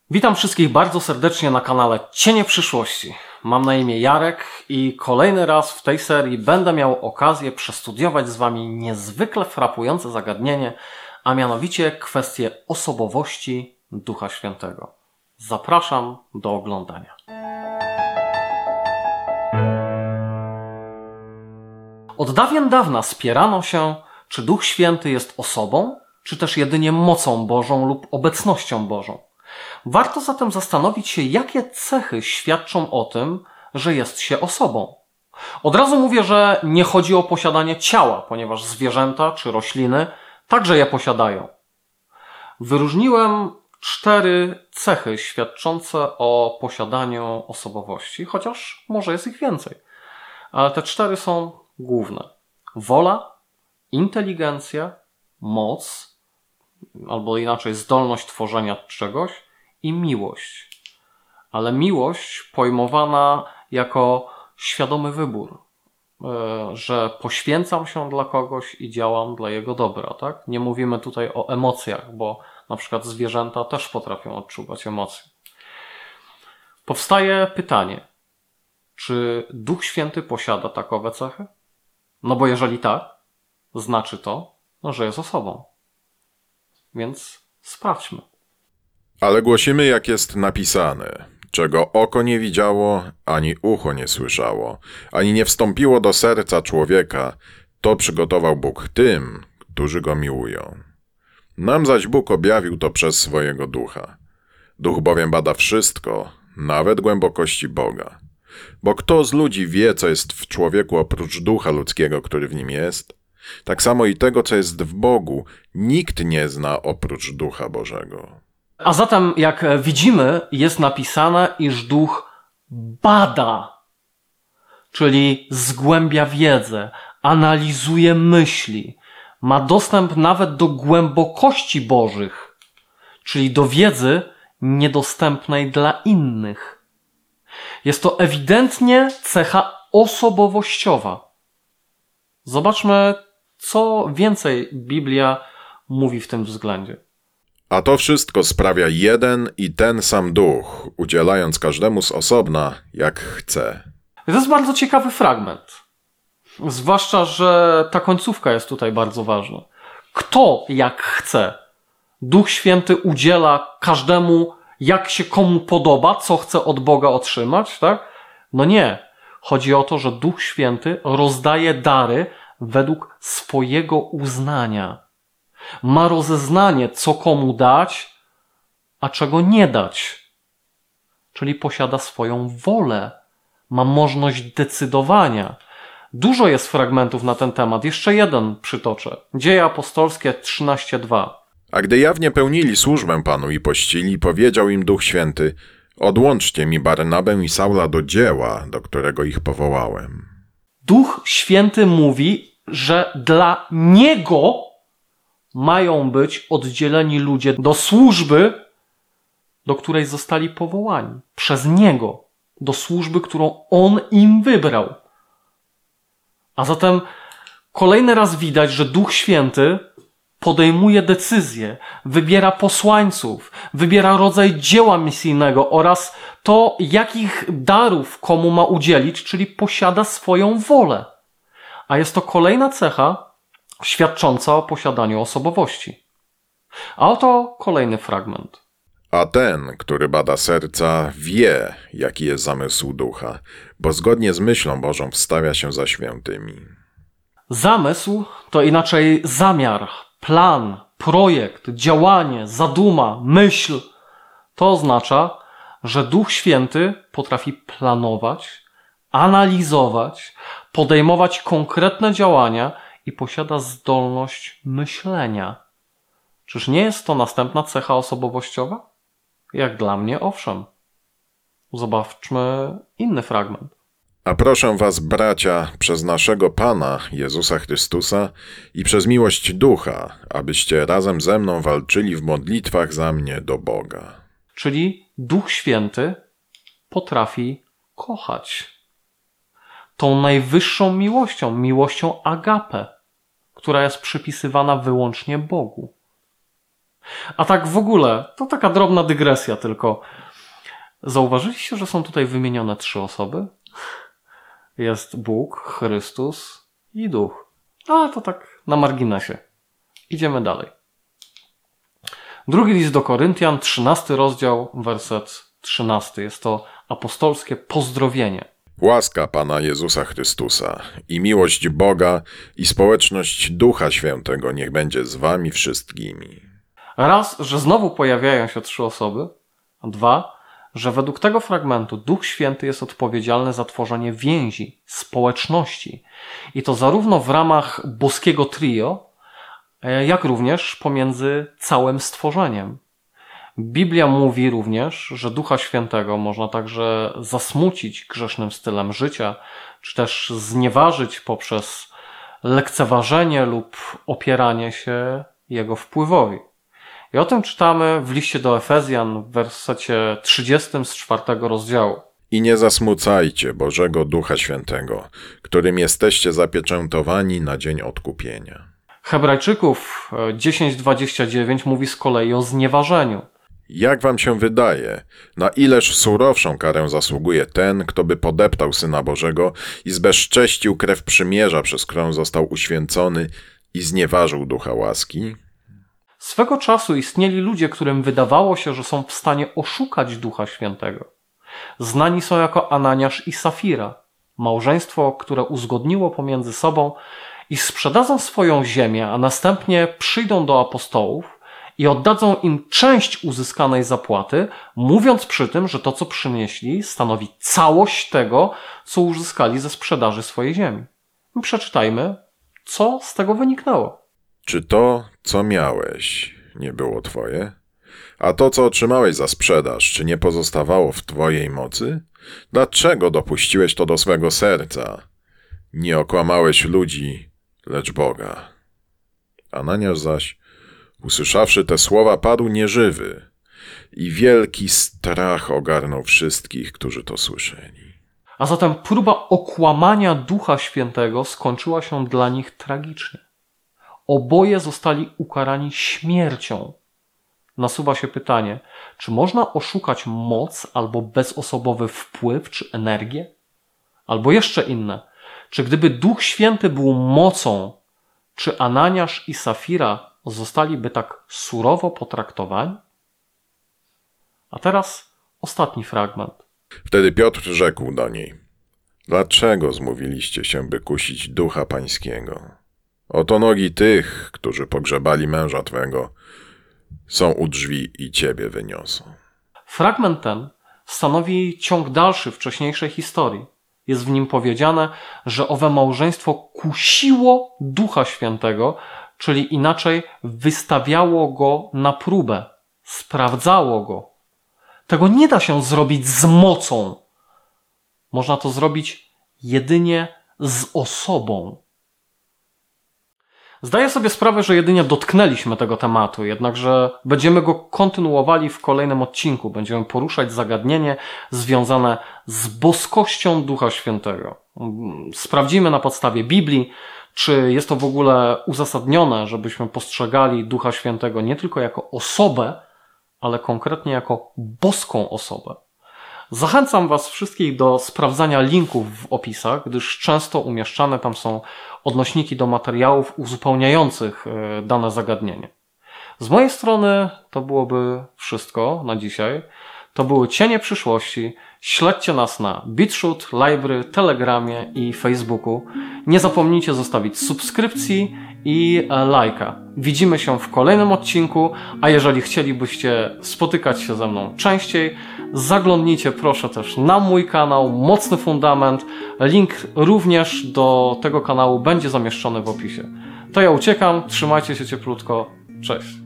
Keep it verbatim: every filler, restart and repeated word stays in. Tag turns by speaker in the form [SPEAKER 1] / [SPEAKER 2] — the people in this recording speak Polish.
[SPEAKER 1] Witam wszystkich bardzo serdecznie na kanale Cienie Przyszłości. Mam na imię Jarek i kolejny raz w tej serii będę miał okazję przestudiować z Wami niezwykle frapujące zagadnienie, a mianowicie kwestię osobowości Ducha Świętego. Zapraszam do oglądania. Od dawien dawna spierano się, czy Duch Święty jest osobą, czy też jedynie mocą Bożą lub obecnością Bożą. Warto zatem zastanowić się, jakie cechy świadczą o tym, że jest się osobą. Od razu mówię, że nie chodzi o posiadanie ciała, ponieważ zwierzęta czy rośliny także je posiadają. Wyróżniłem cztery cechy świadczące o posiadaniu osobowości, chociaż może jest ich więcej. Ale te cztery są główne. Wola, inteligencja, moc, albo inaczej zdolność tworzenia czegoś i miłość. Ale miłość pojmowana jako świadomy wybór, że poświęcam się dla kogoś i działam dla jego dobra, tak? Nie mówimy tutaj o emocjach, bo na przykład zwierzęta też potrafią odczuwać emocje. Powstaje pytanie, czy Duch Święty posiada takowe cechy? No bo jeżeli tak, znaczy to, no, że jest osobą. Więc sprawdźmy.
[SPEAKER 2] Ale głosimy, jak jest napisane, czego oko nie widziało, ani ucho nie słyszało, ani nie wstąpiło do serca człowieka, to przygotował Bóg tym, którzy go miłują. Nam zaś Bóg objawił to przez swojego Ducha. Duch bowiem bada wszystko, nawet głębokości Boga. Bo kto z ludzi wie, co jest w człowieku oprócz ducha ludzkiego, który w nim jest? Tak samo i tego, co jest w Bogu, nikt nie zna oprócz Ducha Bożego.
[SPEAKER 1] A zatem, jak widzimy, jest napisane, iż Duch bada, czyli zgłębia wiedzę, analizuje myśli, ma dostęp nawet do głębokości Bożych, czyli do wiedzy niedostępnej dla innych. Jest to ewidentnie cecha osobowościowa. Zobaczmy, co więcej Biblia mówi w tym względzie.
[SPEAKER 2] A to wszystko sprawia jeden i ten sam Duch, udzielając każdemu z osobna, jak chce.
[SPEAKER 1] To jest bardzo ciekawy fragment. Zwłaszcza, że ta końcówka jest tutaj bardzo ważna. Kto jak chce? Duch Święty udziela każdemu, jak się komu podoba, co chce od Boga otrzymać, tak? No nie. Chodzi o to, że Duch Święty rozdaje dary według swojego uznania. Ma rozeznanie, co komu dać, a czego nie dać. Czyli posiada swoją wolę. Ma możliwość decydowania. Dużo jest fragmentów na ten temat. Jeszcze jeden przytoczę. Dzieje apostolskie trzynaście dwa.
[SPEAKER 2] A gdy jawnie pełnili służbę Panu i pościli, powiedział im Duch Święty: odłączcie mi Barnabę i Saula do dzieła, do którego ich powołałem.
[SPEAKER 1] Duch Święty mówi, że dla Niego mają być oddzieleni ludzie do służby, do której zostali powołani. Przez Niego. Do służby, którą On im wybrał. A zatem kolejny raz widać, że Duch Święty podejmuje decyzje, wybiera posłańców, wybiera rodzaj dzieła misyjnego oraz to, jakich darów komu ma udzielić, czyli posiada swoją wolę. A jest to kolejna cecha świadcząca o posiadaniu osobowości. A oto kolejny fragment.
[SPEAKER 2] A ten, który bada serca, wie, jaki jest zamysł Ducha, bo zgodnie z myślą Bożą wstawia się za świętymi.
[SPEAKER 1] Zamysł to inaczej zamiar, plan, projekt, działanie, zaduma, myśl. To oznacza, że Duch Święty potrafi planować, analizować, podejmować konkretne działania i posiada zdolność myślenia. Czyż nie jest to następna cecha osobowościowa? Jak dla mnie, owszem. Zobaczmy inny fragment.
[SPEAKER 2] A proszę was, bracia, przez naszego Pana, Jezusa Chrystusa i przez miłość Ducha, abyście razem ze mną walczyli w modlitwach za mnie do Boga.
[SPEAKER 1] Czyli Duch Święty potrafi kochać. Tą najwyższą miłością, miłością agape, która jest przypisywana wyłącznie Bogu. A tak w ogóle, to taka drobna dygresja tylko. Zauważyliście, że są tutaj wymienione trzy osoby? Jest Bóg, Chrystus i Duch. A to tak na marginesie. Idziemy dalej. Drugi list do Koryntian, trzynasty rozdział, werset trzynasty. Jest to apostolskie pozdrowienie.
[SPEAKER 2] Łaska Pana Jezusa Chrystusa i miłość Boga i społeczność Ducha Świętego niech będzie z wami wszystkimi.
[SPEAKER 1] Raz, że znowu pojawiają się trzy osoby. Dwa, że według tego fragmentu Duch Święty jest odpowiedzialny za tworzenie więzi, społeczności. I to zarówno w ramach boskiego trio, jak również pomiędzy całym stworzeniem. Biblia mówi również, że Ducha Świętego można także zasmucić grzesznym stylem życia, czy też znieważyć poprzez lekceważenie lub opieranie się Jego wpływowi. I o tym czytamy w liście do Efezjan w wersecie trzydziestym z czwartego rozdziału.
[SPEAKER 2] I nie zasmucajcie Bożego Ducha Świętego, którym jesteście zapieczętowani na dzień odkupienia.
[SPEAKER 1] Hebrajczyków dziesięć dwadzieścia dziewięć mówi z kolei o znieważeniu.
[SPEAKER 2] Jak wam się wydaje, na ileż surowszą karę zasługuje ten, kto by podeptał Syna Bożego i zbezcześcił krew przymierza, przez którą został uświęcony i znieważył Ducha łaski?
[SPEAKER 1] Swego czasu istnieli ludzie, którym wydawało się, że są w stanie oszukać Ducha Świętego. Znani są jako Ananiasz i Safira, małżeństwo, które uzgodniło pomiędzy sobą, iż sprzedadzą swoją ziemię, a następnie przyjdą do apostołów i oddadzą im część uzyskanej zapłaty, mówiąc przy tym, że to, co przynieśli, stanowi całość tego, co uzyskali ze sprzedaży swojej ziemi. I przeczytajmy, co z tego wyniknęło.
[SPEAKER 2] Czy to, co miałeś, nie było twoje? A to, co otrzymałeś za sprzedaż, czy nie pozostawało w twojej mocy? Dlaczego dopuściłeś to do swego serca? Nie okłamałeś ludzi, lecz Boga. Ananiasz zaś, usłyszawszy te słowa, padł nieżywy i wielki strach ogarnął wszystkich, którzy to słyszeli.
[SPEAKER 1] A zatem próba okłamania Ducha Świętego skończyła się dla nich tragicznie. Oboje zostali ukarani śmiercią. Nasuwa się pytanie, czy można oszukać moc albo bezosobowy wpływ czy energię? Albo jeszcze inne, czy gdyby Duch Święty był mocą, czy Ananiasz i Safira zostaliby tak surowo potraktowani? A teraz ostatni fragment.
[SPEAKER 2] Wtedy Piotr rzekł do niej: dlaczego zmówiliście się, by kusić Ducha Pańskiego? Oto nogi tych, którzy pogrzebali męża twego, są u drzwi i ciebie wyniosą.
[SPEAKER 1] Fragment ten stanowi ciąg dalszy wcześniejszej historii. Jest w nim powiedziane, że owe małżeństwo kusiło Ducha Świętego, czyli inaczej wystawiało go na próbę, sprawdzało go. Tego nie da się zrobić z mocą. Można to zrobić jedynie z osobą. Zdaję sobie sprawę, że jedynie dotknęliśmy tego tematu, jednakże będziemy go kontynuowali w kolejnym odcinku. Będziemy poruszać zagadnienie związane z boskością Ducha Świętego. Sprawdzimy na podstawie Biblii, czy jest to w ogóle uzasadnione, żebyśmy postrzegali Ducha Świętego nie tylko jako osobę, ale konkretnie jako boską osobę. Zachęcam Was wszystkich do sprawdzania linków w opisach, gdyż często umieszczane tam są odnośniki do materiałów uzupełniających dane zagadnienie. Z mojej strony to byłoby wszystko na dzisiaj. To były Cienie Przyszłości. Śledźcie nas na BitChute, Library, Telegramie i Facebooku. Nie zapomnijcie zostawić subskrypcji i lajka. Widzimy się w kolejnym odcinku, a jeżeli chcielibyście spotykać się ze mną częściej, zaglądnijcie proszę też na mój kanał Mocny Fundament. Link również do tego kanału będzie zamieszczony w opisie. To ja uciekam, trzymajcie się cieplutko, cześć.